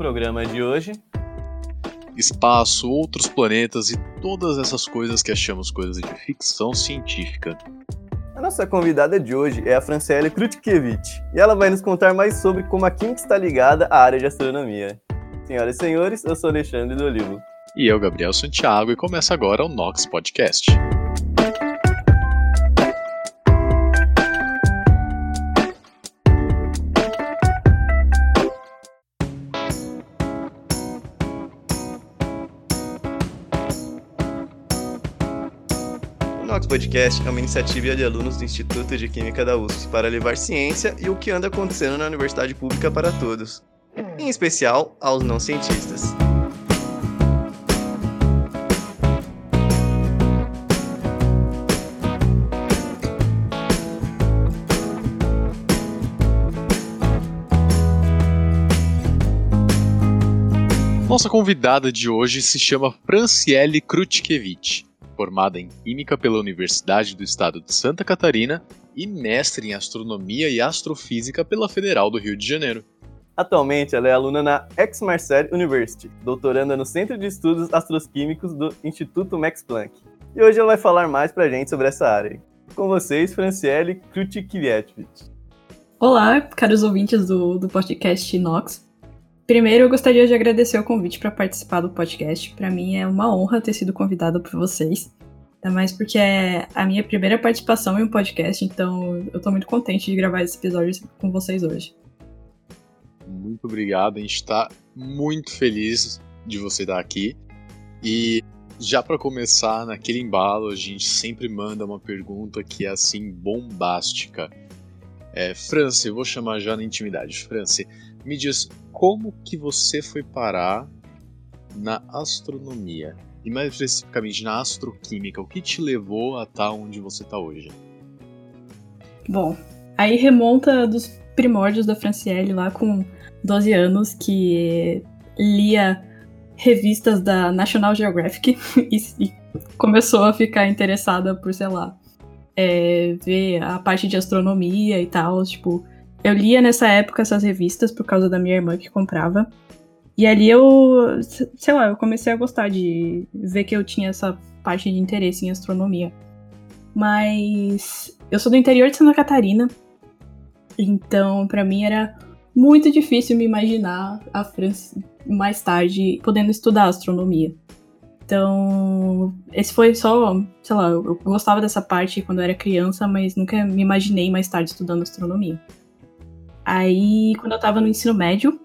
programa de hoje, espaço, outros planetas e todas essas coisas que achamos coisas de ficção científica. A nossa convidada de hoje é a Franciele Krutkiewicz e ela vai nos contar mais sobre como a química está ligada à área de astronomia. Senhoras e senhores, eu sou Alexandre do Olivo. E eu, Gabriel Santiago, e começa agora o Nox Podcast. O Nox Podcast é uma iniciativa de alunos do Instituto de Química da USP para levar ciência e o que anda acontecendo na universidade pública para todos, em especial aos não cientistas. Nossa convidada de hoje se chama Franciele Krutkiewicz, formada em Química pela Universidade do Estado de Santa Catarina e mestre em Astronomia e Astrofísica pela Federal do Rio de Janeiro. Atualmente, ela é aluna na Aix-Marseille University, doutoranda no Centro de Estudos Astroquímicos do Instituto Max Planck. E hoje ela vai falar mais pra gente sobre essa área. Com vocês, Franciele Krutkiewicz. Olá, caros ouvintes do podcast Nox. Primeiro, eu gostaria de agradecer o convite para participar do podcast. Para mim é uma honra ter sido convidada por vocês. Ainda mais porque é a minha primeira participação em um podcast, então eu tô muito contente de gravar esse episódio com vocês hoje. Muito obrigado, a gente está muito feliz de você estar aqui. E já para começar, naquele embalo, a gente sempre manda uma pergunta que é assim, bombástica. Franci, eu vou chamar já na intimidade. Franci, me diz, como que você foi parar na astronomia? E mais especificamente na astroquímica, o que te levou a estar onde você está hoje? Bom, aí remonta dos primórdios da Franciele lá com 12 anos, que lia revistas da National Geographic e começou a ficar interessada por, sei lá, ver a parte de astronomia e tal, tipo... Eu lia nessa época essas revistas por causa da minha irmã que comprava. E ali eu comecei a gostar de ver que eu tinha essa parte de interesse em astronomia. Mas eu sou do interior de Santa Catarina, então pra mim era muito difícil me imaginar a França mais tarde podendo estudar astronomia. Então, esse foi só, sei lá, eu gostava dessa parte quando eu era criança, mas nunca me imaginei mais tarde estudando astronomia. Aí, quando eu tava no ensino médio,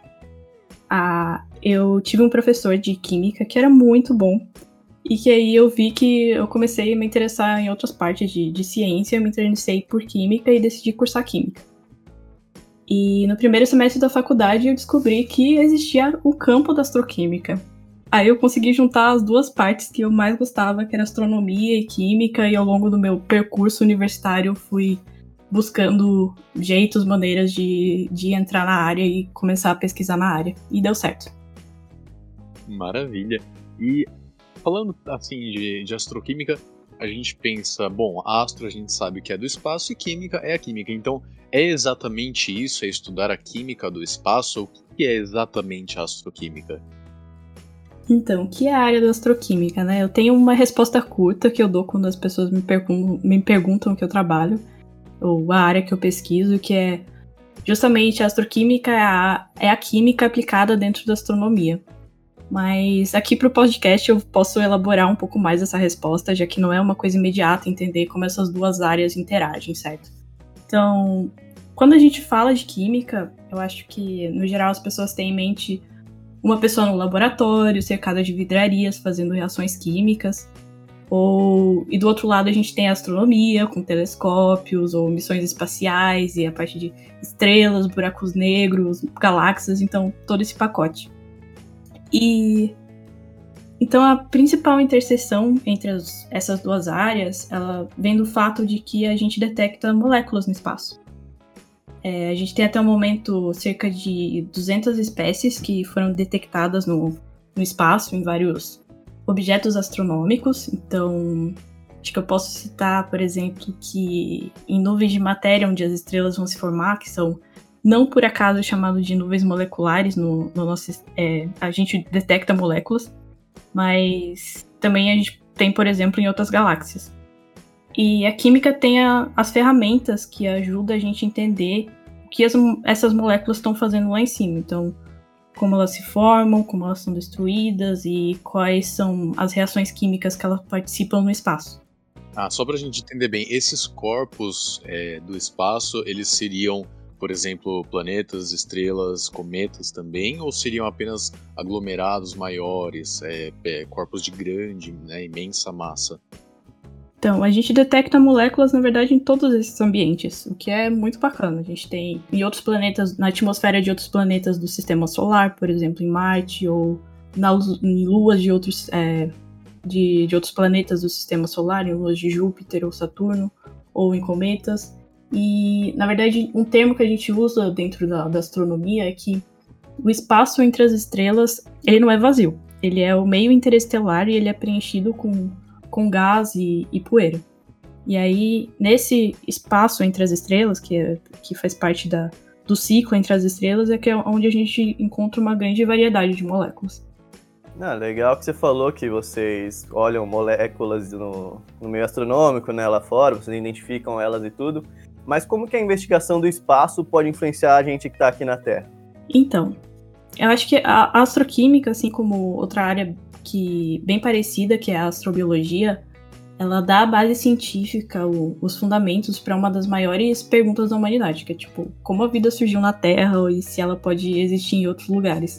eu tive um professor de química que era muito bom. E que aí eu vi que eu comecei a me interessar em outras partes de ciência. Eu me interessei por química e decidi cursar química. E no primeiro semestre da faculdade eu descobri que existia o campo da astroquímica. Aí eu consegui juntar as duas partes que eu mais gostava, que era astronomia e química. E ao longo do meu percurso universitário eu fui buscando jeitos, maneiras de entrar na área e começar a pesquisar na área. E deu certo. Maravilha. E falando assim de astroquímica, a gente pensa, bom, astro a gente sabe que é do espaço e química é a química. Então, é exatamente isso? É estudar a química do espaço? O que é exatamente a astroquímica? Então, o que é a área da astroquímica, né? Eu tenho uma resposta curta que eu dou quando as pessoas me perguntam o que eu trabalho, ou a área que eu pesquiso, que é justamente a astroquímica é a química aplicada dentro da astronomia. Mas aqui pro podcast eu posso elaborar um pouco mais essa resposta, já que não é uma coisa imediata entender como essas duas áreas interagem, certo? Então, quando a gente fala de química, eu acho que, no geral, as pessoas têm em mente uma pessoa no laboratório, cercada de vidrarias, fazendo reações químicas. E do outro lado a gente tem a astronomia, com telescópios ou missões espaciais e a parte de estrelas, buracos negros, galáxias, então todo esse pacote. E então a principal interseção entre essas duas áreas, ela vem do fato de que a gente detecta moléculas no espaço. A gente tem até o momento cerca de 200 espécies que foram detectadas no espaço, em vários objetos astronômicos. Então, acho que eu posso citar, por exemplo, que em nuvens de matéria onde as estrelas vão se formar, que são não por acaso chamado de nuvens moleculares, no nosso, a gente detecta moléculas, mas também a gente tem, por exemplo, em outras galáxias. E a química tem as ferramentas que ajudam a gente a entender o que essas moléculas estão fazendo lá em cima. Então, como elas se formam, como elas são destruídas e quais são as reações químicas que elas participam no espaço. Só pra gente entender bem, esses corpos do espaço, eles seriam, por exemplo, planetas, estrelas, cometas também, ou seriam apenas aglomerados maiores, corpos de grande, né, imensa massa? Então, a gente detecta moléculas, na verdade, em todos esses ambientes, o que é muito bacana. A gente tem em outros planetas, na atmosfera de outros planetas do Sistema Solar, por exemplo, em Marte, ou em luas de outros, de outros planetas do Sistema Solar, em luas de Júpiter ou Saturno, ou em cometas. E, na verdade, um termo que a gente usa dentro da astronomia é que o espaço entre as estrelas, ele não é vazio. Ele é o meio interestelar e ele é preenchido com gás e poeira. E aí, nesse espaço entre as estrelas, que faz parte do ciclo entre as estrelas, é que é onde a gente encontra uma grande variedade de moléculas. Legal que você falou que vocês olham moléculas no meio astronômico, né, lá fora, vocês identificam elas e tudo. Mas como que a investigação do espaço pode influenciar a gente que está aqui na Terra? Então, eu acho que a astroquímica, assim como outra área bem parecida, que é a astrobiologia, ela dá a base científica, os fundamentos para uma das maiores perguntas da humanidade, que é tipo, como a vida surgiu na Terra e se ela pode existir em outros lugares.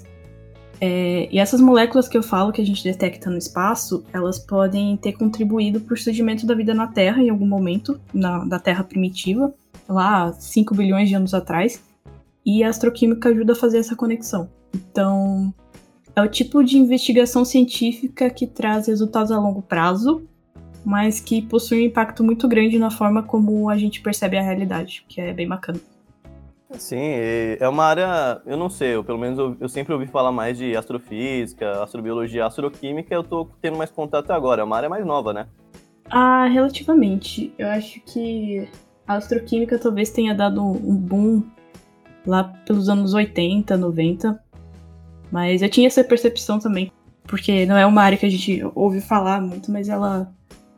E essas moléculas que eu falo que a gente detecta no espaço, elas podem ter contribuído para o surgimento da vida na Terra em algum momento, da Terra primitiva, lá 5 bilhões de anos atrás, e a astroquímica ajuda a fazer essa conexão. Então, é o tipo de investigação científica que traz resultados a longo prazo, mas que possui um impacto muito grande na forma como a gente percebe a realidade, que é bem bacana. Sim, é uma área, eu não sei, pelo menos eu sempre ouvi falar mais de astrofísica, astrobiologia, astroquímica, eu tô tendo mais contato agora, é uma área mais nova, né? Relativamente. Eu acho que a astroquímica talvez tenha dado um boom lá pelos anos 80, 90, mas eu tinha essa percepção também, porque não é uma área que a gente ouve falar muito, mas ela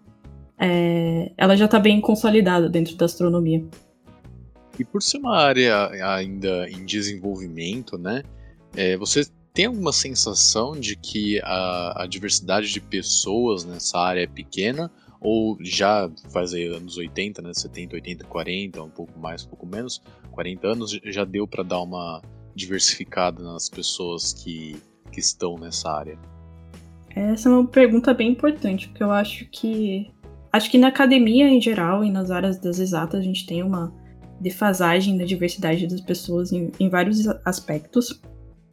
já tá bem consolidada dentro da astronomia. E por ser uma área ainda em desenvolvimento, né, você tem alguma sensação de que a diversidade de pessoas nessa área é pequena, ou já faz aí anos 80, né, 70, 80, 40, um pouco mais, um pouco menos, 40 anos, já deu para dar uma diversificada nas pessoas que estão nessa área? Essa é uma pergunta bem importante, porque eu acho que na academia em geral e nas áreas das exatas a gente tem uma defasagem da diversidade das pessoas em vários aspectos.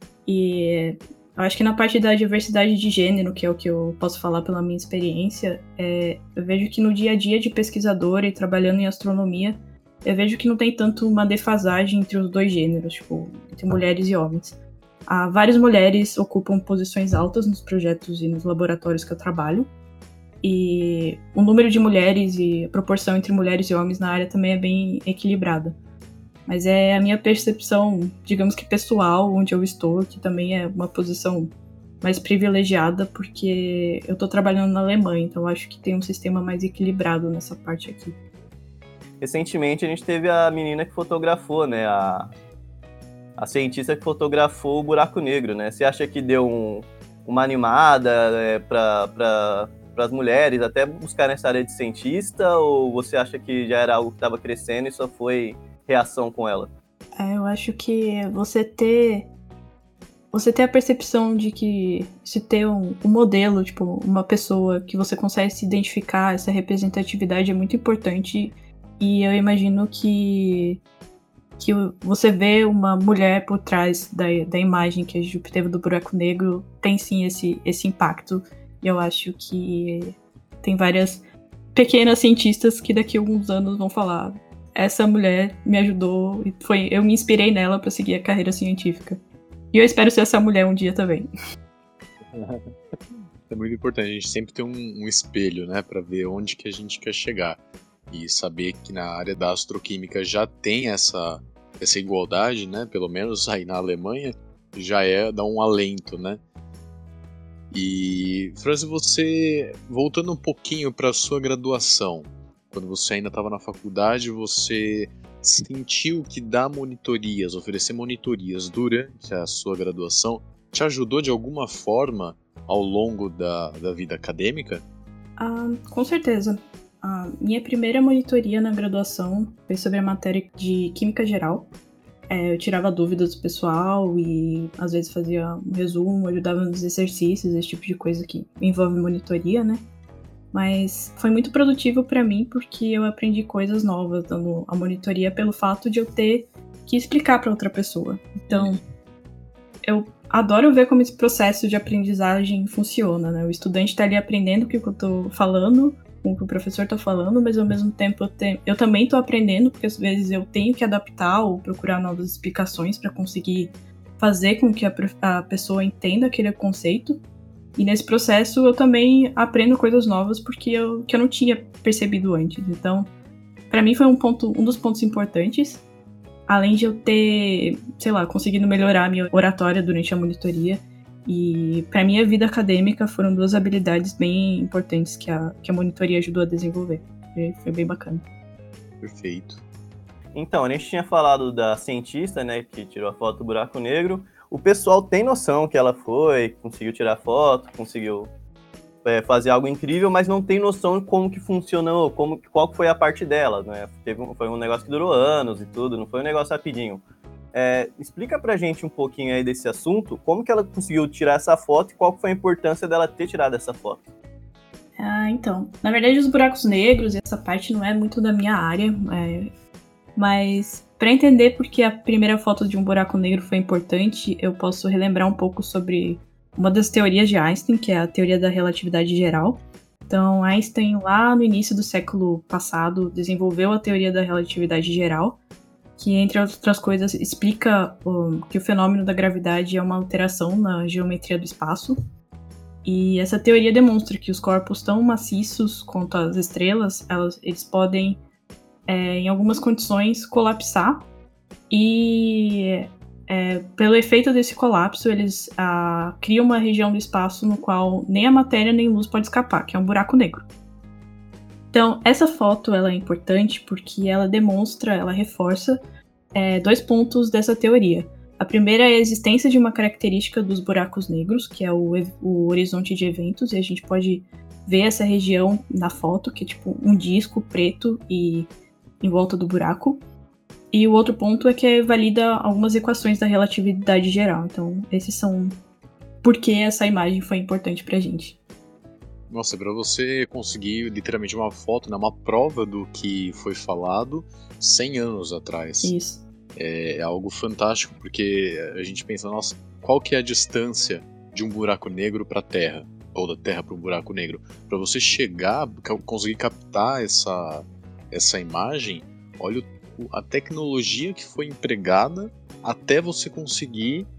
E eu acho que na parte da diversidade de gênero, que é o que eu posso falar pela minha experiência, eu vejo que no dia a dia de pesquisadora e trabalhando em astronomia, eu vejo que não tem tanto uma defasagem entre os dois gêneros, tipo, entre mulheres e homens. Várias mulheres ocupam posições altas nos projetos e nos laboratórios que eu trabalho, e o número de mulheres e a proporção entre mulheres e homens na área também é bem equilibrada. Mas é a minha percepção, digamos que pessoal, onde eu estou, que também é uma posição mais privilegiada, porque eu estou trabalhando na Alemanha, então eu acho que tem um sistema mais equilibrado nessa parte aqui. Recentemente a gente teve a menina que fotografou, né, a cientista que fotografou o buraco negro, né? Você acha que deu uma animada para as mulheres até buscar nessa área de cientista, ou você acha que já era algo que estava crescendo e só foi reação com ela? Eu acho que você ter a percepção de que se ter um modelo, tipo, uma pessoa que você consegue se identificar, essa representatividade é muito importante, e eu imagino que você vê uma mulher por trás da imagem que a gente teve do buraco negro, tem sim esse impacto. E eu acho que tem várias pequenas cientistas que daqui a alguns anos vão falar: essa mulher me ajudou e eu me inspirei nela para seguir a carreira científica. E eu espero ser essa mulher um dia também. É muito importante, a gente sempre tem um espelho, né, para ver onde que a gente quer chegar. E saber que na área da astroquímica já tem essa essa igualdade, né? Pelo menos aí na Alemanha, já dá um alento, né? E, Franzi, você, voltando um pouquinho para a sua graduação, quando você ainda estava na faculdade, você sentiu que dar monitorias, oferecer monitorias durante a sua graduação, te ajudou de alguma forma ao longo da vida acadêmica? Com certeza. A minha primeira monitoria na graduação foi sobre a matéria de Química Geral. Eu tirava dúvidas do pessoal e às vezes fazia um resumo, ajudava nos exercícios, esse tipo de coisa que envolve monitoria, né? Mas foi muito produtivo para mim porque eu aprendi coisas novas dando a monitoria pelo fato de eu ter que explicar para outra pessoa. Então, eu adoro ver como esse processo de aprendizagem funciona, né? O estudante tá ali aprendendo o que eu tô falando, com o que o professor tá falando, mas ao mesmo tempo eu também tô aprendendo, porque às vezes eu tenho que adaptar ou procurar novas explicações para conseguir fazer com que a pessoa entenda aquele conceito. E nesse processo eu também aprendo coisas novas que eu não tinha percebido antes. Então, para mim foi um dos pontos importantes. Além de eu ter, conseguido melhorar a minha oratória durante a monitoria. E para minha vida acadêmica foram 2 habilidades bem importantes que a monitoria ajudou a desenvolver. Foi bem bacana. Perfeito. Então, a gente tinha falado da cientista, né, que tirou a foto do buraco negro. O pessoal tem noção que ela conseguiu tirar foto, conseguiu fazer algo incrível, mas não tem noção de como que funcionou, qual foi a parte dela, né? Foi um negócio que durou anos e tudo, não foi um negócio rapidinho. Explica pra gente um pouquinho aí desse assunto, como que ela conseguiu tirar essa foto e qual foi a importância dela ter tirado essa foto. Então, na verdade os buracos negros, essa parte não é muito da minha área, mas para entender por que a primeira foto de um buraco negro foi importante, eu posso relembrar um pouco sobre uma das teorias de Einstein, que é a teoria da relatividade geral. Então, Einstein, lá no início do século passado, desenvolveu a teoria da relatividade geral, que, entre outras coisas, explica que o fenômeno da gravidade é uma alteração na geometria do espaço. E essa teoria demonstra que os corpos tão maciços quanto as estrelas, eles podem, em algumas condições, colapsar. E, pelo efeito desse colapso, eles criam uma região do espaço no qual nem a matéria nem luz pode escapar, que é um buraco negro. Então, essa foto ela é importante porque ela reforça 2 pontos dessa teoria. A primeira é a existência de uma característica dos buracos negros, que é o horizonte de eventos, e a gente pode ver essa região na foto, que é tipo um disco preto e em volta do buraco. E o outro ponto é que valida algumas equações da relatividade geral. Então, esses são por que essa imagem foi importante pra gente. Nossa, para você conseguir literalmente uma foto, né, uma prova do que foi falado 100 anos atrás. Isso. É algo fantástico, porque a gente pensa, nossa, qual que é a distância de um buraco negro para a Terra? Ou da Terra para um buraco negro? Para você chegar, conseguir captar essa imagem, olha a tecnologia que foi empregada até você conseguir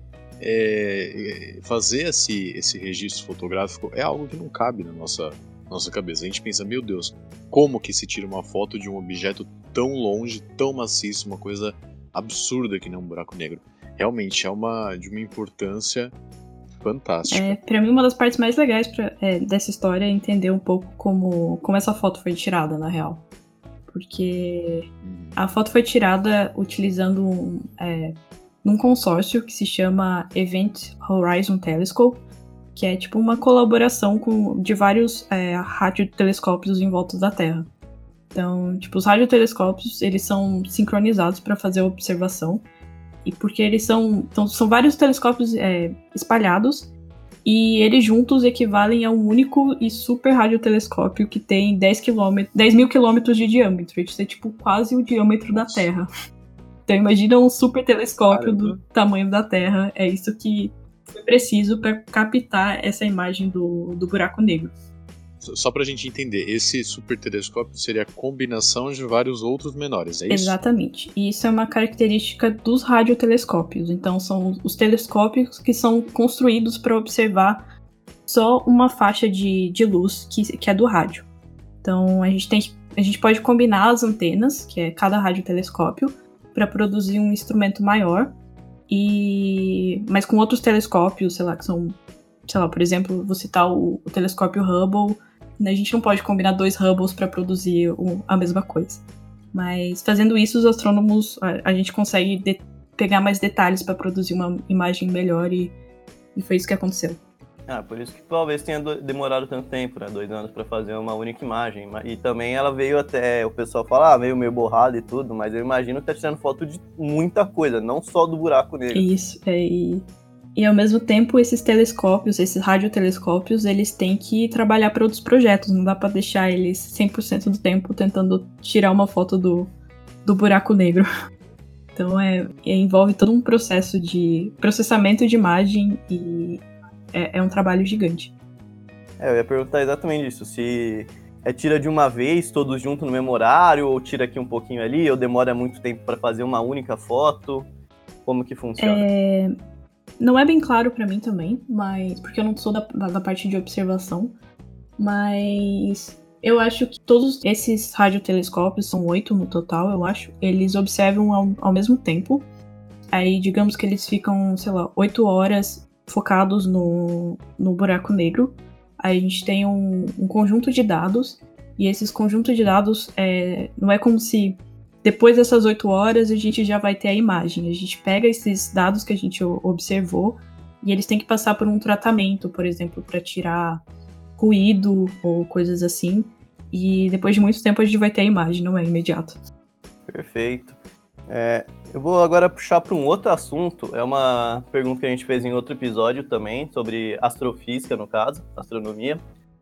fazer esse registro fotográfico. É algo que não cabe na nossa cabeça. A gente pensa, meu Deus, como que se tira uma foto de um objeto tão longe, tão maciço, uma coisa absurda que nem um buraco negro. Realmente é de uma importância fantástica. Pra mim, uma das partes mais legais dessa história é entender um pouco como essa foto foi tirada, na real. Porque a foto foi tirada utilizando num consórcio que se chama Event Horizon Telescope, que é tipo uma colaboração de vários radiotelescópios em volta da Terra. Então, tipo, os radiotelescópios, eles são sincronizados para fazer a observação, e porque eles são vários telescópios espalhados, e eles juntos equivalem a um único e super radiotelescópio que tem 10 mil quilômetros de diâmetro. Isso é tipo quase o diâmetro da Terra. Então imagina um super telescópio do tamanho da Terra. É isso que foi preciso para captar essa imagem do buraco negro. Só pra gente entender, esse super telescópio seria a combinação de vários outros menores, é isso? Exatamente. E isso é uma característica dos radiotelescópios. Então são os telescópios que são construídos para observar só uma faixa de luz que é do rádio. Então a gente pode combinar as antenas, que é cada radiotelescópio, para produzir um instrumento maior, mas com outros telescópios, sei lá, que são, sei lá, por exemplo, vou citar o telescópio Hubble, né? A gente não pode combinar 2 Hubbles para produzir a mesma coisa. Mas fazendo isso, os astrônomos, a gente consegue pegar mais detalhes para produzir uma imagem melhor e foi isso que aconteceu. Por isso que talvez tenha demorado tanto tempo, né? 2 anos para fazer uma única imagem. E também ela veio até, o pessoal fala, veio meio borrada e tudo, mas eu imagino que tá tirando foto de muita coisa, não só do buraco negro. Isso, e ao mesmo tempo esses telescópios, esses radiotelescópios, eles têm que trabalhar para outros projetos, não dá para deixar eles 100% do tempo tentando tirar uma foto do buraco negro. Então envolve todo um processo de processamento de imagem e é um trabalho gigante. Eu ia perguntar exatamente isso, se tira de uma vez, todos juntos no mesmo horário, ou tira aqui um pouquinho ali, ou demora muito tempo para fazer uma única foto, como que funciona? Não é bem claro para mim também, mas porque eu não sou da parte de observação, mas eu acho que todos esses radiotelescópios, são 8 no total, eu acho, eles observam ao mesmo tempo. Aí, digamos que eles ficam, sei lá, 8 horas focados no buraco negro. Aí a gente tem um conjunto de dados, e esses conjuntos de dados não é como se depois dessas 8 horas a gente já vai ter a imagem. A gente pega esses dados que a gente observou e eles têm que passar por um tratamento, por exemplo, para tirar ruído ou coisas assim. E depois de muito tempo a gente vai ter a imagem, não é imediato. Perfeito. Eu vou agora puxar para um outro assunto. É uma pergunta que a gente fez em outro episódio também, sobre astrofísica, no caso, astronomia.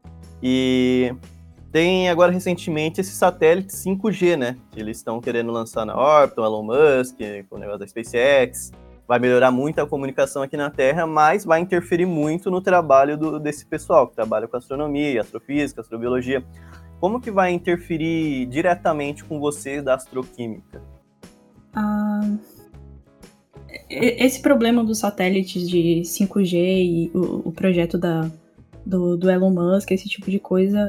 E tem agora recentemente esse satélite 5G, né? Que eles estão querendo lançar na órbita, o Elon Musk, com o negócio da SpaceX. Vai melhorar muito a comunicação aqui na Terra, mas vai interferir muito no trabalho desse pessoal que trabalha com astronomia, astrofísica, astrobiologia. Como que vai interferir diretamente com vocês da astroquímica? Esse problema dos satélites de 5G e o projeto do Elon Musk, esse tipo de coisa,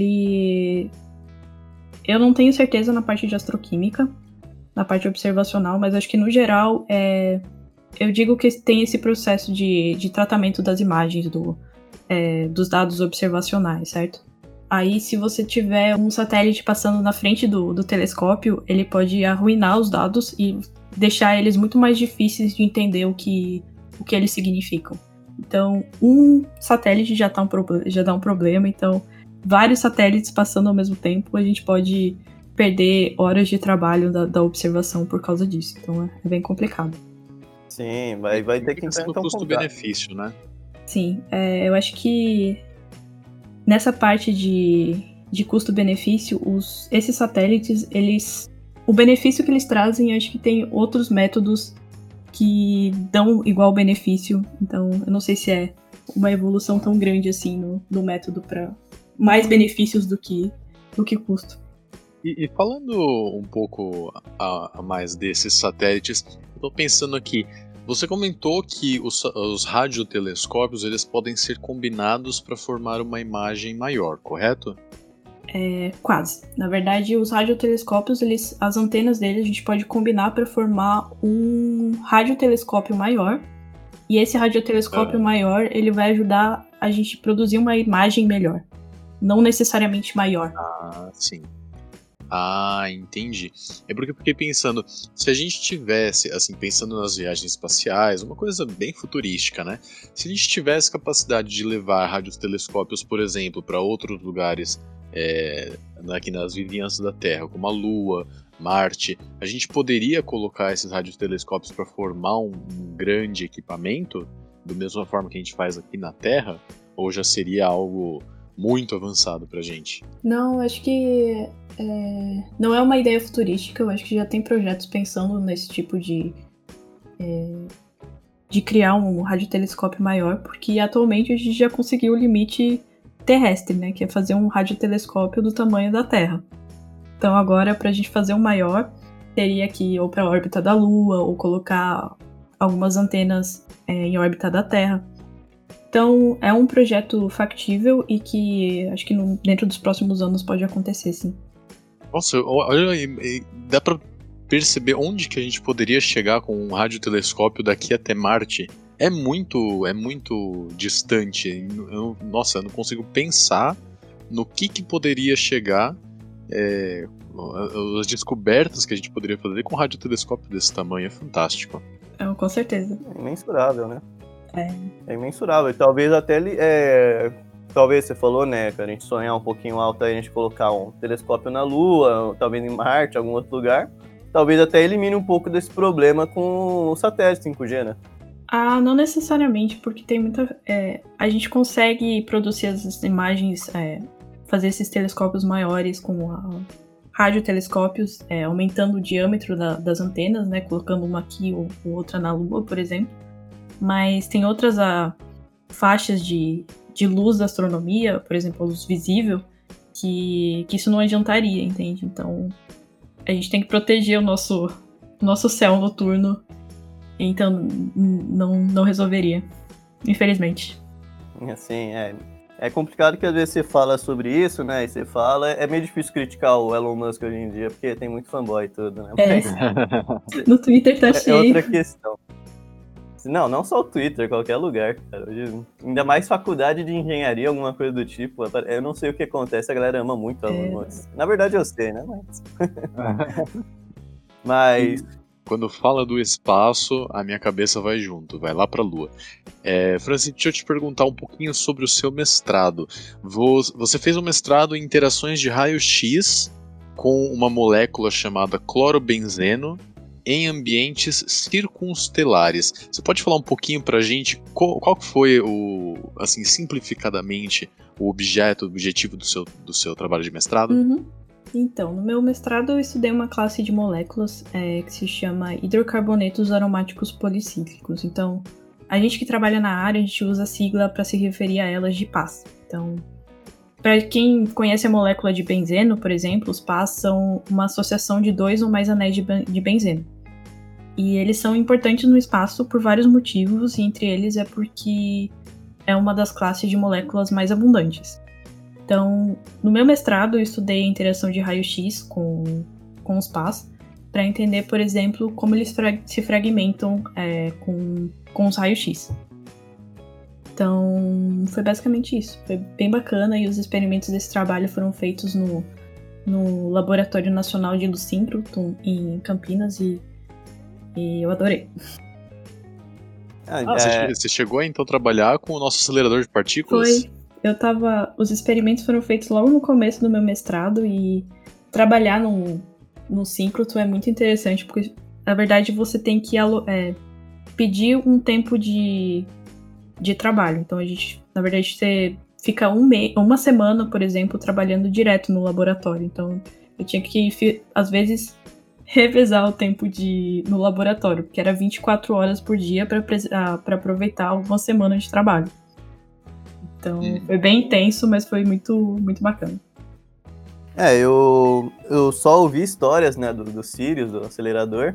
eu não tenho certeza na parte de astroquímica, na parte observacional, mas acho que no geral, eu digo que tem esse processo de tratamento das imagens dos dados observacionais, certo? Aí, se você tiver um satélite passando na frente do telescópio, ele pode arruinar os dados e deixar eles muito mais difíceis de entender o que eles significam. Então, um satélite já dá um problema, então vários satélites passando ao mesmo tempo, a gente pode perder horas de trabalho da observação por causa disso. Então, é bem complicado. Sim, vai ter que entrar no custo-benefício, né? Sim, eu acho que nessa parte de custo-benefício, esses satélites, o benefício que eles trazem, acho que tem outros métodos que dão igual benefício. Então, eu não sei se é uma evolução tão grande assim no método para mais benefícios do que custo. E falando um pouco a mais desses satélites, eu tô pensando aqui, você comentou que os radiotelescópios eles podem ser combinados para formar uma imagem maior, correto? Quase. Na verdade, os radiotelescópios, as antenas deles a gente pode combinar para formar um radiotelescópio maior. E esse radiotelescópio maior, ele vai ajudar a gente a produzir uma imagem melhor. Não necessariamente maior. Ah, sim. Ah, entendi. É porque eu fiquei pensando, se a gente tivesse, assim, pensando nas viagens espaciais, uma coisa bem futurística, né? Se a gente tivesse capacidade de levar radiotelescópios, por exemplo, para outros lugares aqui nas vizinhanças da Terra, como a Lua, Marte, a gente poderia colocar esses radiotelescópios para formar um grande equipamento, da mesma forma que a gente faz aqui na Terra? Ou já seria algo muito avançado pra gente? Não, acho que não é uma ideia futurística. Eu acho que já tem projetos pensando nesse tipo de criar um radiotelescópio maior, porque atualmente a gente já conseguiu o limite terrestre, né, que é fazer um radiotelescópio do tamanho da Terra. Então agora, pra gente fazer um maior, teria que ir ou pra órbita da Lua, ou colocar algumas antenas em órbita da Terra. Então, é um projeto factível e que acho que dentro dos próximos anos pode acontecer, sim. Nossa, olha, dá pra perceber onde que a gente poderia chegar com um radiotelescópio daqui até Marte é muito distante. Nossa, eu não consigo pensar no que poderia chegar, as descobertas que a gente poderia fazer com um radiotelescópio desse tamanho. É fantástico. Com certeza. É imensurável, né? É imensurável. E talvez até talvez você falou, né, que a gente sonhar um pouquinho alto aí, a gente colocar um telescópio na Lua, talvez em Marte, algum outro lugar. Talvez até elimine um pouco desse problema com o satélite 5G, né? Não necessariamente, porque tem muita... a gente consegue produzir as imagens, fazer esses telescópios maiores com radiotelescópios, aumentando o diâmetro das antenas, né, colocando uma aqui ou outra na Lua, por exemplo. Mas tem outras faixas de luz da astronomia, por exemplo, a luz visível, que isso não adiantaria, entende? Então, a gente tem que proteger o nosso céu noturno. Então, não resolveria, infelizmente. Assim, é complicado que às vezes você fala sobre isso, né? E você fala, é meio difícil criticar o Elon Musk hoje em dia, porque tem muito fanboy e tudo, né? Mas no Twitter tá cheio. É outra questão. Não só o Twitter, qualquer lugar, cara. Hoje, ainda mais faculdade de engenharia, alguma coisa do tipo. Eu não sei o que acontece, a galera ama muito o Elon Musk. Na verdade eu sei, né? Mas... Quando fala do espaço, a minha cabeça vai junto, vai lá pra Lua. Francis, deixa eu te perguntar um pouquinho sobre o seu mestrado. Você fez um mestrado em interações de raio-x com uma molécula chamada clorobenzeno em ambientes circunstelares. Você pode falar um pouquinho pra gente qual foi assim, simplificadamente, o objetivo do seu trabalho de mestrado? Uhum. Então, no meu mestrado eu estudei uma classe de moléculas que se chama hidrocarbonetos aromáticos policíclicos. Então, a gente que trabalha na área, a gente usa a sigla para se referir a elas de PAS. Então, para quem conhece a molécula de benzeno, por exemplo, os PAS são uma associação de 2 ou mais anéis de benzeno. E eles são importantes no espaço por vários motivos, e entre eles é porque é uma das classes de moléculas mais abundantes. Então, no meu mestrado, eu estudei a interação de raio-x com os PAS, para entender, por exemplo, como eles se fragmentam com os raios-x. Então, foi basicamente isso. Foi bem bacana, e os experimentos desse trabalho foram feitos no Laboratório Nacional de Luz Síncroton, em Campinas, e eu adorei. Você chegou a, então, trabalhar com o nosso acelerador de partículas? Foi. Os experimentos foram feitos logo no começo do meu mestrado, e trabalhar no síncroton é muito interessante, porque, na verdade, você tem que pedir um tempo de trabalho. Então, na verdade, você fica uma semana, por exemplo, trabalhando direto no laboratório. Então, eu tinha que, às vezes, revezar o tempo no laboratório, porque era 24 horas por dia para aproveitar uma semana de trabalho. Então, foi bem intenso, mas foi muito, muito bacana. Eu só ouvi histórias, né, do Sirius, do acelerador.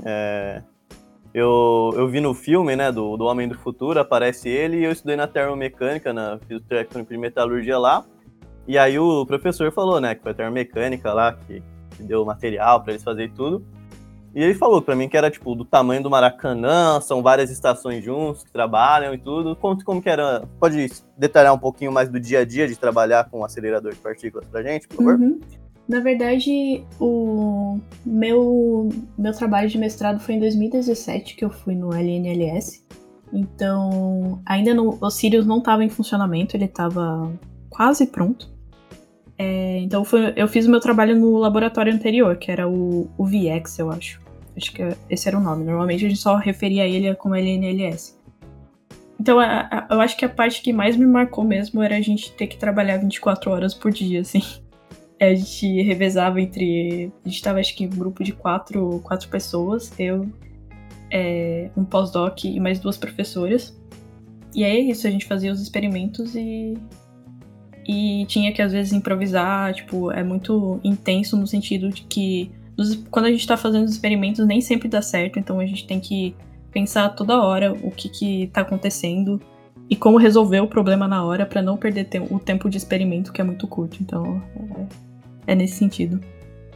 Eu vi no filme, né, do Homem do Futuro, aparece ele, e eu estudei na termomecânica, fiz o técnico de metalurgia lá. E aí o professor falou, né, que foi a termomecânica lá, que deu o material pra eles fazerem tudo. E ele falou pra mim que era, tipo, do tamanho do Maracanã, são várias estações juntos que trabalham e tudo. Como que era? Pode detalhar um pouquinho mais do dia a dia de trabalhar com um acelerador de partículas pra gente, por favor? Uhum. Na verdade, o meu trabalho de mestrado foi em 2017, que eu fui no LNLS. Então, ainda o Sirius não estava em funcionamento, ele estava quase pronto. Então, eu fiz o meu trabalho no laboratório anterior, que era o VX, eu acho. Acho que esse era o nome. Normalmente a gente só referia a ele como LNLS. Então, eu acho que a parte que mais me marcou mesmo era a gente ter que trabalhar 24 horas por dia, assim. A gente revezava entre... A gente tava, acho que, em um grupo de quatro pessoas. Eu, um pós-doc e mais 2 professoras. E aí é isso, a gente fazia os experimentos e tinha que, às vezes, improvisar. Tipo, é muito intenso no sentido de que quando a gente tá fazendo os experimentos, nem sempre dá certo. Então, a gente tem que pensar toda hora o que tá acontecendo e como resolver o problema na hora pra não perder o tempo de experimento, que é muito curto. Então, é nesse sentido.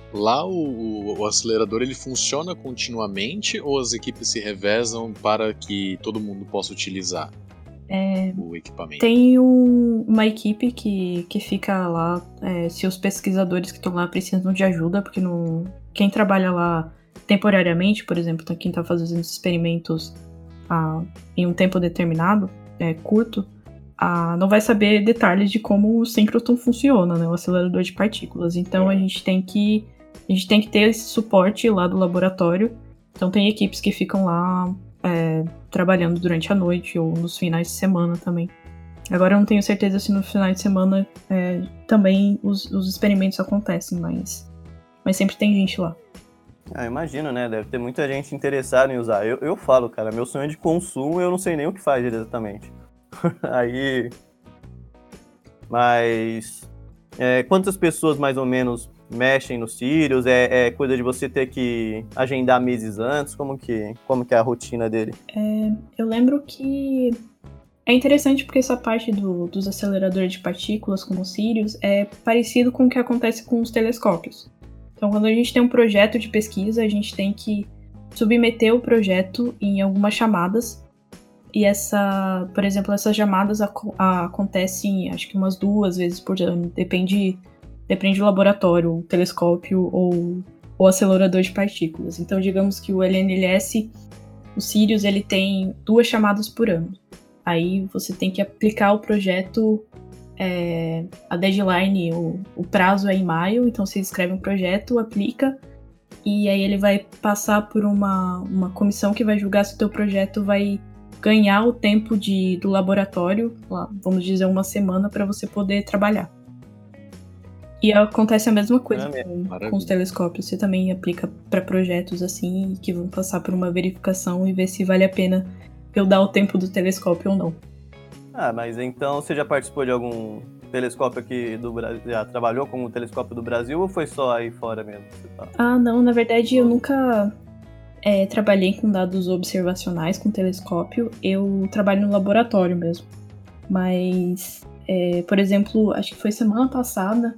Lá o acelerador ele funciona continuamente ou as equipes se revezam para que todo mundo possa utilizar o equipamento? Tem uma equipe que fica lá, se os pesquisadores que estão lá precisam de ajuda, porque quem trabalha lá temporariamente, por exemplo, quem está fazendo os experimentos em um tempo determinado, curto, não vai saber detalhes de como o síncrotron funciona, né, o acelerador de partículas. Então a gente tem que ter esse suporte lá do laboratório. Então tem equipes que ficam lá trabalhando durante a noite ou nos finais de semana também. Agora eu não tenho certeza se no final de semana também os experimentos acontecem, mas sempre tem gente lá. Imagino, né? Deve ter muita gente interessada em usar. Eu falo, cara, meu sonho é de consumo, eu não sei nem o que faz exatamente. Aí... Mas... quantas pessoas, mais ou menos, mexem no Sirius? É coisa de você ter que agendar meses antes? Como que é a rotina dele? Eu lembro que é interessante porque essa parte dos aceleradores de partículas, como o Sirius, é parecido com o que acontece com os telescópios. Então, quando a gente tem um projeto de pesquisa, a gente tem que submeter o projeto em algumas chamadas. E por exemplo, essas chamadas acontecem, acho que umas 2 vezes por ano. Depende do laboratório, o telescópio ou o acelerador de partículas. Então, digamos que o LNLS, o Sirius, ele tem 2 chamadas por ano. Aí você tem que aplicar o projeto, a deadline, o prazo é em maio, então você escreve um projeto, aplica, e aí ele vai passar por uma comissão que vai julgar se o teu projeto vai ganhar o tempo do laboratório, vamos dizer 1 semana, para você poder trabalhar. E acontece a mesma coisa com os telescópios. Você também aplica para projetos assim, que vão passar por uma verificação e ver se vale a pena eu dar o tempo do telescópio ou não. Mas então você já participou de algum telescópio aqui do Brasil? Já trabalhou com o telescópio do Brasil ou foi só aí fora mesmo? Não, na verdade eu nunca trabalhei com dados observacionais com telescópio. Eu trabalho no laboratório mesmo. Mas, por exemplo, acho que foi semana passada,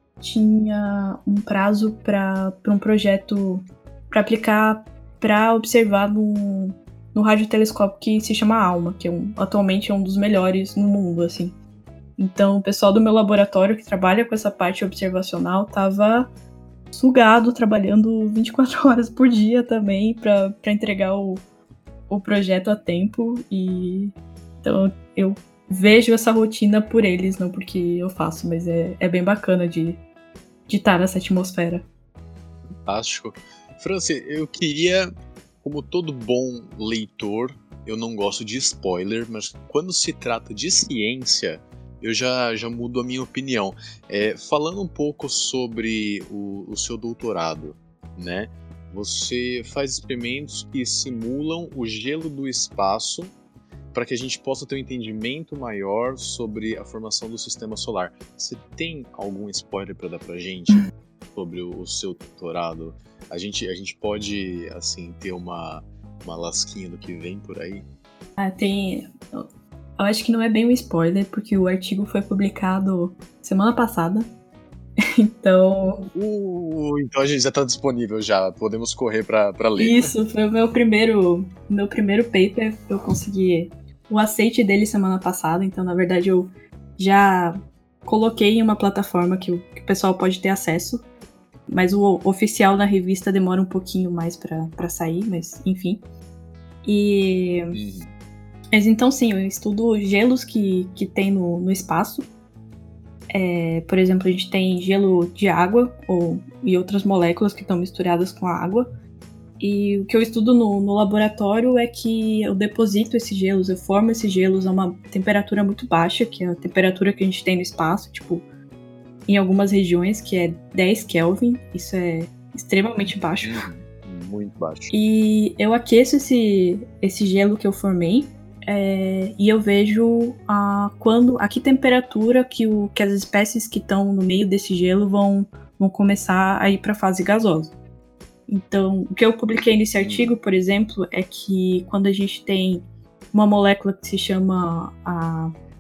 tinha um prazo para um projeto para aplicar, para observar no radiotelescópio que se chama ALMA, que atualmente é um dos melhores no mundo, assim. Então, o pessoal do meu laboratório que trabalha com essa parte observacional tava sugado, trabalhando 24 horas por dia também para entregar o projeto a tempo. E então eu vejo essa rotina por eles, não porque eu faço, mas é bem bacana de estar nessa atmosfera. Fantástico. Franci, eu queria, como todo bom leitor, eu não gosto de spoiler, mas quando se trata de ciência, eu já mudo a minha opinião. Falando um pouco sobre o seu doutorado, né? Você faz experimentos que simulam o gelo do espaço para que a gente possa ter um entendimento maior sobre a formação do sistema solar. Você tem algum spoiler para dar pra gente sobre o seu doutorado? A gente pode, assim, ter uma lasquinha do que vem por aí? Tem... Eu acho que não é bem um spoiler, porque o artigo foi publicado semana passada. Então... Então a gente já está disponível já, podemos correr para ler. Isso, foi o meu primeiro paper. Eu consegui o aceite dele semana passada, então na verdade eu já coloquei em uma plataforma que o pessoal pode ter acesso, mas o oficial na revista demora um pouquinho mais para sair, mas enfim. Mas então sim, eu estudo gelos que tem no espaço. Por exemplo, a gente tem gelo de água e outras moléculas que estão misturadas com a água. E o que eu estudo no laboratório é que eu deposito esses gelos, eu formo esses gelos a uma temperatura muito baixa, que é a temperatura que a gente tem no espaço, tipo, em algumas regiões, que é 10 Kelvin. Isso é extremamente baixo. Muito baixo. E eu aqueço esse gelo que eu formei, e eu vejo a que temperatura que as espécies que estão no meio desse gelo vão começar a ir para a fase gasosa. Então, o que eu publiquei nesse artigo, por exemplo, é que quando a gente tem uma molécula que se chama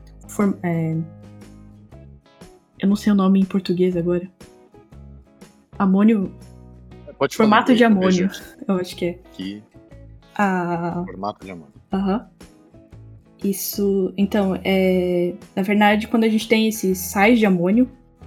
eu não sei o nome em português agora. Amônio. Pode falar Formato inglês, de eu amônio, vejo eu acho que é. aqui, Ah, formato de amônio. aham. Isso. Então, na verdade, quando a gente tem esses sais de amônio,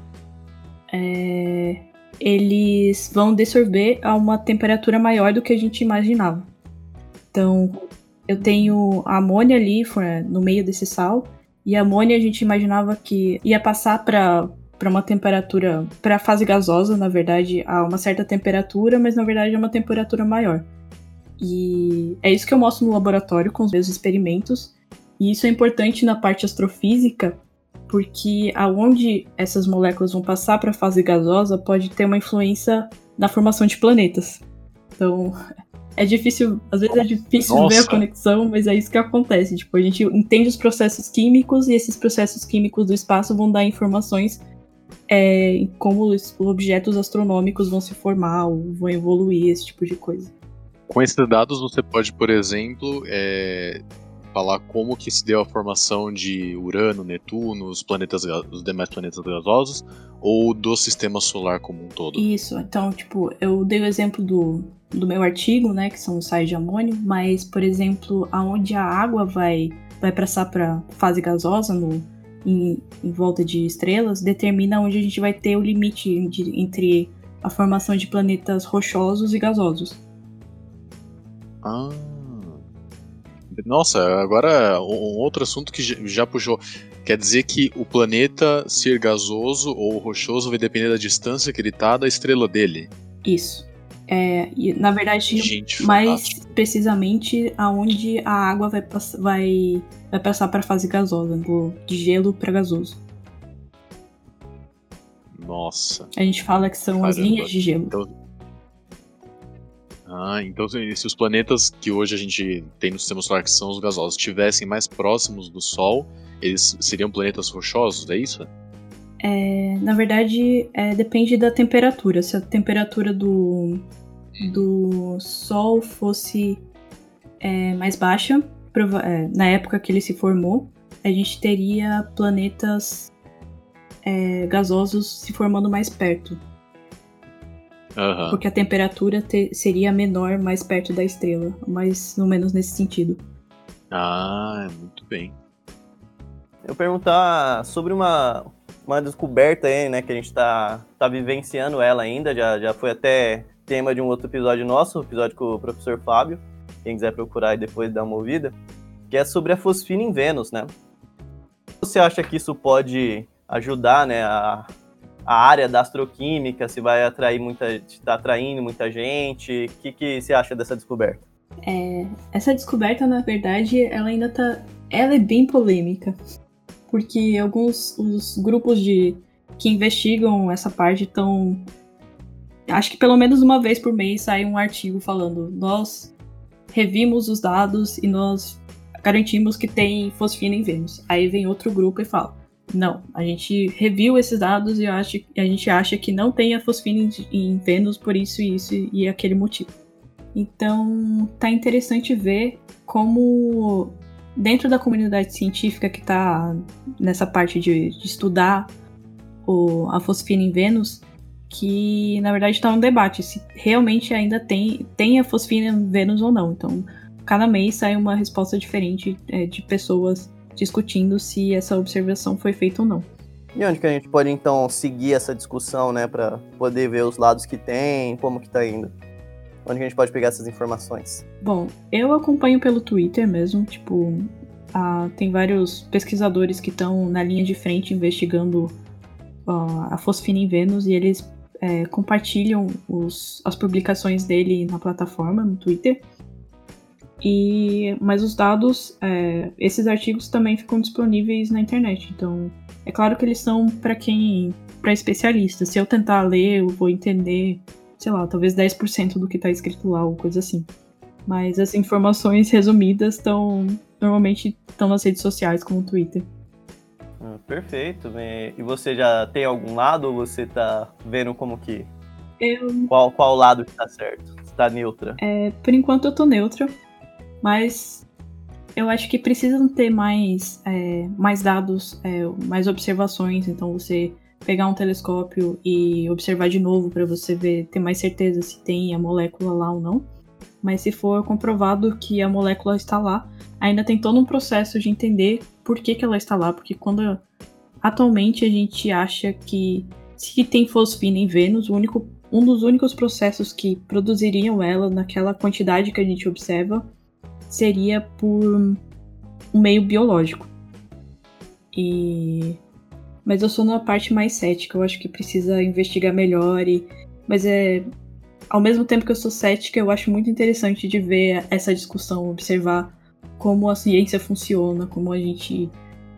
eles vão dissolver a uma temperatura maior do que a gente imaginava. Então, eu tenho a amônia ali no meio desse sal, e a amônia a gente imaginava que ia passar para uma temperatura, para a fase gasosa, na verdade, a uma certa temperatura, mas na verdade é uma temperatura maior. E é isso que eu mostro no laboratório com os meus experimentos, e isso é importante na parte astrofísica, porque aonde essas moléculas vão passar para a fase gasosa pode ter uma influência na formação de planetas. Então, é difícil, às vezes é difícil ver a conexão, mas é isso que acontece. Tipo, a gente entende os processos químicos e esses processos químicos do espaço vão dar informações em como os objetos astronômicos vão se formar ou vão evoluir, esse tipo de coisa. Com esses dados você pode, por exemplo, falar como que se deu a formação de Urano, Netuno, os demais planetas gasosos, ou do sistema solar como um todo? Isso, então, tipo, eu dei o exemplo do meu artigo, né, que são os sais de amônio, mas, por exemplo, aonde a água vai passar para fase gasosa em volta de estrelas, determina onde a gente vai ter o limite entre a formação de planetas rochosos e gasosos. Ah... Nossa, agora um outro assunto que já puxou. Quer dizer que o planeta ser gasoso ou rochoso vai depender da distância que ele tá da estrela dele? Isso. E, na verdade, gente, mais fantástico. precisamente aonde a água vai passar para a fase gasosa, de gelo para gasoso. Nossa. A gente fala que são as linhas de gelo. Então se os planetas que hoje a gente tem no sistema solar, que são os gasosos, estivessem mais próximos do Sol, eles seriam planetas rochosos, é isso? Na verdade, depende da temperatura. Se a temperatura do Sol fosse mais baixa, na época que ele se formou, a gente teria planetas gasosos se formando mais perto. Uhum. Porque a temperatura seria menor mais perto da estrela, mais ou menos nesse sentido. Muito bem. Eu perguntar sobre uma descoberta aí, né, que a gente tá vivenciando ela ainda, já foi até tema de um outro episódio nosso, episódio com o professor Fábio, quem quiser procurar e depois dar uma ouvida, que é sobre a fosfina em Vênus, né? Você acha que isso pode ajudar, né, a área da astroquímica, se vai está atraindo muita gente? O que você acha dessa descoberta? Essa descoberta, na verdade, ela é bem polêmica, porque os grupos que investigam essa parte estão... Acho que pelo menos uma vez por mês sai um artigo falando: nós revimos os dados e nós garantimos que tem fosfina em Vênus. Aí vem outro grupo e fala: não, a gente reviu esses dados e a gente acha que não tem a fosfina em Vênus por isso e aquele motivo. Então, tá interessante ver como dentro da comunidade científica que tá nessa parte de estudar a fosfina em Vênus, que na verdade está um debate se realmente ainda tem a fosfina em Vênus ou não. Então, cada mês sai uma resposta diferente de pessoas discutindo se essa observação foi feita ou não. E onde que a gente pode, então, seguir essa discussão, né, para poder ver os lados que tem, como que tá indo? Onde que a gente pode pegar essas informações? Bom, eu acompanho pelo Twitter mesmo, tem vários pesquisadores que estão na linha de frente investigando a fosfina em Vênus e eles compartilham as publicações dele na plataforma, no Twitter. Mas os dados, esses artigos também ficam disponíveis na internet. Então, é claro que eles são para especialistas. Se eu tentar ler, eu vou entender, sei lá, talvez 10% do que está escrito lá, ou coisa assim. Mas as informações resumidas normalmente estão nas redes sociais, como o Twitter. Perfeito. E você já tem algum lado, ou você tá vendo como que... Eu... Qual lado que tá certo? Você tá neutra? Por enquanto eu tô neutra. Mas eu acho que precisam ter mais dados, mais observações. Então você pegar um telescópio e observar de novo para você ter mais certeza se tem a molécula lá ou não. Mas se for comprovado que a molécula está lá, ainda tem todo um processo de entender por que ela está lá, porque atualmente a gente acha que se tem fosfina em Vênus, um dos únicos processos que produziriam ela naquela quantidade que a gente observa seria por um meio biológico. Mas eu sou na parte mais cética, eu acho que precisa investigar melhor. Mas ao mesmo tempo que eu sou cética, eu acho muito interessante de ver essa discussão, observar como a ciência funciona, como a gente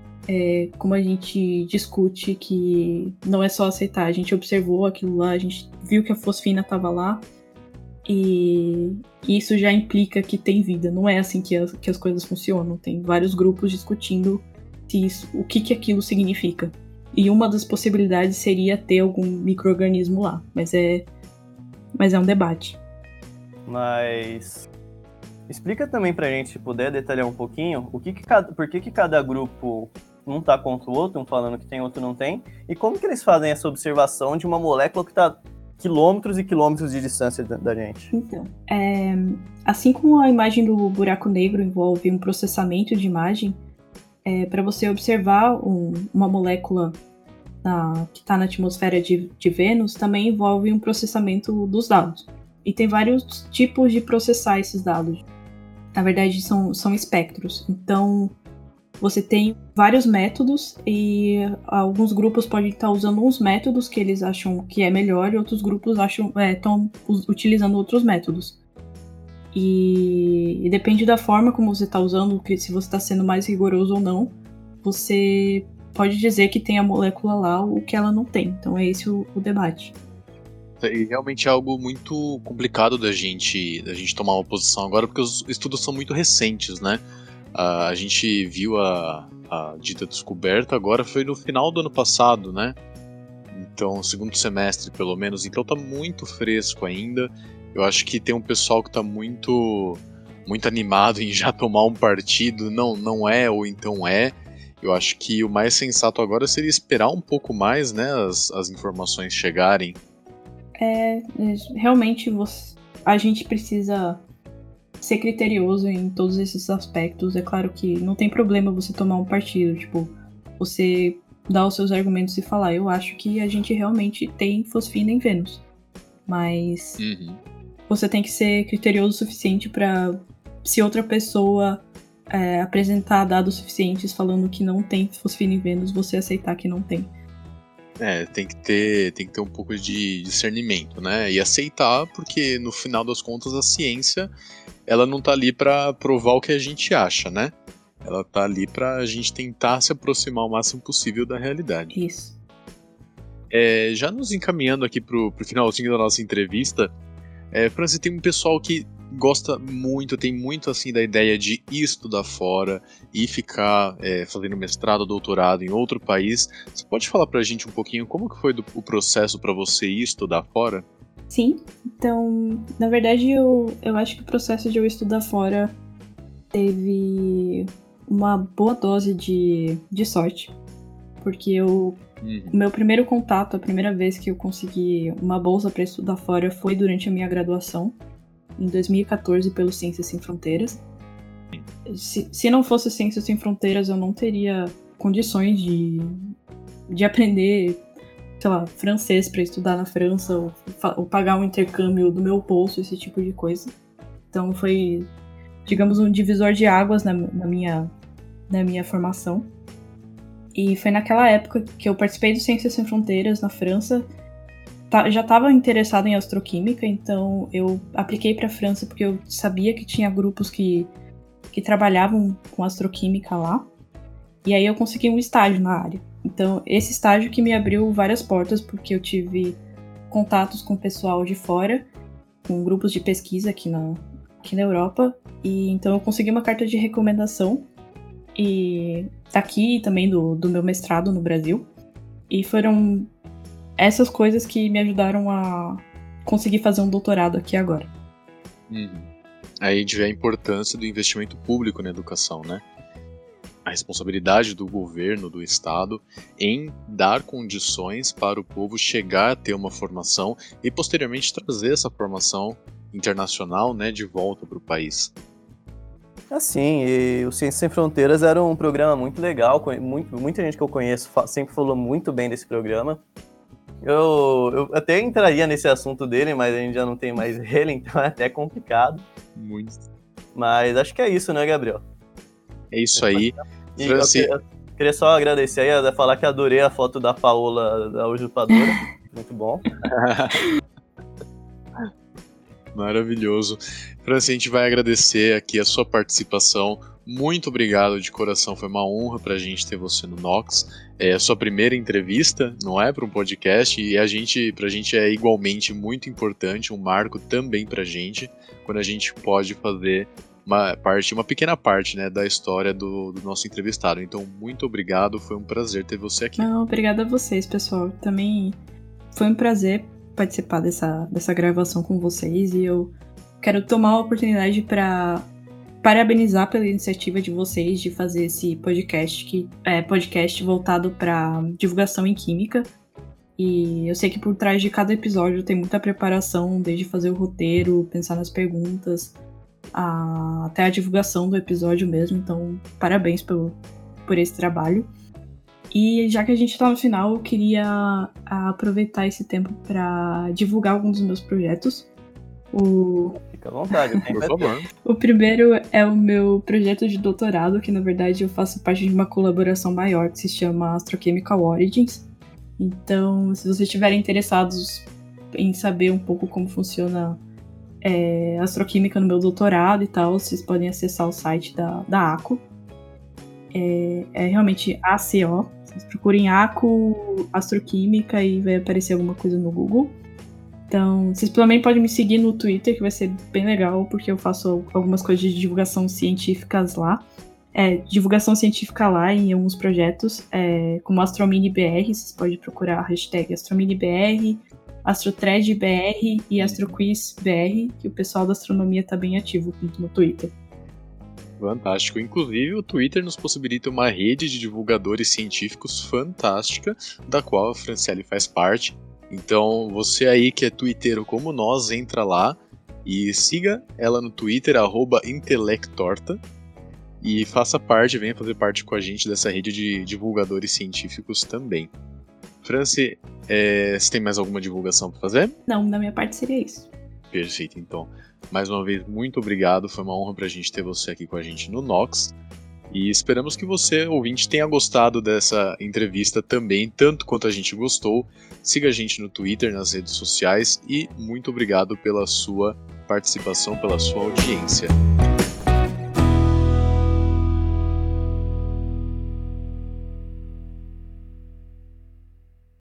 discute, que não é só aceitar. A gente observou aquilo lá, a gente viu que a fosfina estava lá, e isso já implica que tem vida. Não é assim que as coisas funcionam. Tem vários grupos discutindo o que aquilo significa. E uma das possibilidades seria ter algum micro-organismo lá, mas é um debate. Mas explica também pra gente, se puder detalhar um pouquinho, por que cada grupo um tá contra o outro, um falando que tem, outro não tem, e como que eles fazem essa observação de uma molécula que tá quilômetros e quilômetros de distância da gente? Então, assim como a imagem do buraco negro envolve um processamento de imagem, para você observar uma molécula que está na atmosfera de Vênus, também envolve um processamento dos dados. E tem vários tipos de processar esses dados. Na verdade, são espectros. Então, você tem vários métodos e alguns grupos podem estar usando uns métodos que eles acham que é melhor e outros grupos estão utilizando outros métodos. E depende da forma como você está usando, se você está sendo mais rigoroso ou não, você pode dizer que tem a molécula lá ou que ela não tem. Então é esse o debate. E realmente é algo muito complicado da gente tomar uma posição agora, porque os estudos são muito recentes, né? A gente viu a dita descoberta agora, foi no final do ano passado, né? Então, segundo semestre pelo menos, então tá muito fresco ainda. Eu acho que tem um pessoal que tá muito animado em já tomar um partido, não é ou então é. Eu acho que o mais sensato agora seria esperar um pouco mais, né, as informações chegarem. Realmente a gente precisa ser criterioso em todos esses aspectos. É claro que não tem problema você tomar um partido, tipo, você dar os seus argumentos e falar, eu acho que a gente realmente tem fosfina em Vênus. Mas você tem que ser criterioso o suficiente para, se outra pessoa apresentar dados suficientes falando que não tem fosfina em Vênus, você aceitar que não tem. Tem que ter um pouco de discernimento, né? E aceitar, porque no final das contas a ciência, ela não tá ali para provar o que a gente acha, né? Ela tá ali pra gente tentar se aproximar o máximo possível da realidade. Isso. Já nos encaminhando aqui pro finalzinho da nossa entrevista, Franci, tem um pessoal que gosta muito, tem muito assim da ideia de ir estudar fora e ficar fazendo mestrado, doutorado em outro país. Você pode falar pra gente um pouquinho como que foi o processo para você ir estudar fora? Sim, então, na verdade eu acho que o processo de eu estudar fora teve uma boa dose de sorte, porque o meu primeiro contato, a primeira vez que eu consegui uma bolsa para estudar fora foi durante a minha graduação, em 2014, pelo Ciências Sem Fronteiras. Se não fosse Ciências Sem Fronteiras, eu não teria condições de aprender, sei lá, francês para estudar na França, ou pagar um intercâmbio do meu bolso, esse tipo de coisa. Então foi, digamos, um divisor de águas na minha formação. E foi naquela época que eu participei do Ciências Sem Fronteiras na França. Já estava interessado em astroquímica, então eu apliquei para a França porque eu sabia que tinha grupos que trabalhavam com astroquímica lá. E aí eu consegui um estágio na área. Então esse estágio que me abriu várias portas, porque eu tive contatos com o pessoal de fora, com grupos de pesquisa aqui na Europa. E então eu consegui uma carta de recomendação e daqui também do meu mestrado no Brasil. E foram essas coisas que me ajudaram a conseguir fazer um doutorado aqui agora. Aí a gente vê a importância do investimento público na educação, né? a responsabilidade do governo, do Estado, em dar condições para o povo chegar a ter uma formação e posteriormente trazer essa formação internacional, né, de volta para o país. Assim, e o Ciências Sem Fronteiras era um programa muito legal, muita gente que eu conheço sempre falou muito bem desse programa. Eu até entraria nesse assunto dele, mas a gente já não tem mais ele, então é até complicado. Muito. Mas acho que é isso, né, Gabriel? É isso aí. E eu queria só agradecer aí, falar que adorei a foto da Paola, da usurpadora. Muito bom. Maravilhoso. Franci, a gente vai agradecer aqui a sua participação. Muito obrigado de coração, foi uma honra pra gente ter você no Nox. É a sua primeira entrevista, não é, para um podcast, e pra gente é igualmente muito importante, um marco também pra gente, quando a gente pode fazer uma pequena parte, né, da história do nosso entrevistado. Então, muito obrigado, foi um prazer ter você aqui. Não, obrigada a vocês, pessoal. Também foi um prazer participar dessa gravação com vocês, e eu quero tomar a oportunidade para parabenizar pela iniciativa de vocês de fazer esse podcast, que é podcast voltado para divulgação em química. E eu sei que por trás de cada episódio tem muita preparação, desde fazer o roteiro, pensar nas perguntas, até a divulgação do episódio mesmo. Então, parabéns por esse trabalho. E já que a gente tá no final, eu queria aproveitar esse tempo para divulgar alguns dos meus projetos. Fica à vontade, por favor. O primeiro é o meu projeto de doutorado, que na verdade eu faço parte de uma colaboração maior que se chama Astrochemical Origins. Então, se vocês estiverem interessados em saber um pouco como funciona astroquímica no meu doutorado e tal, vocês podem acessar o site da ACO. É realmente ACO. Vocês procurem ACO Astroquímica e vai aparecer alguma coisa no Google. Então, vocês também podem me seguir no Twitter, que vai ser bem legal, porque eu faço algumas coisas de divulgação científicas lá. Divulgação científica lá em alguns projetos, como AstroMiniBR, vocês podem procurar a hashtag AstroMiniBR, AstroThreadBR e AstroQuizBR, que o pessoal da astronomia está bem ativo no Twitter. Fantástico. Inclusive, o Twitter nos possibilita uma rede de divulgadores científicos fantástica, da qual a Franciele faz parte. Então, você aí que é twitteiro como nós, entra lá e siga ela no Twitter, @intelectorta, e faça parte, venha fazer parte com a gente dessa rede de divulgadores científicos também. Franci, você tem mais alguma divulgação para fazer? Não, da minha parte seria isso. Perfeito, então. Mais uma vez, muito obrigado. Foi uma honra pra gente ter você aqui com a gente no Nox. E esperamos que você, ouvinte, tenha gostado dessa entrevista também, tanto quanto a gente gostou. Siga a gente no Twitter, nas redes sociais, e muito obrigado pela sua participação, pela sua audiência.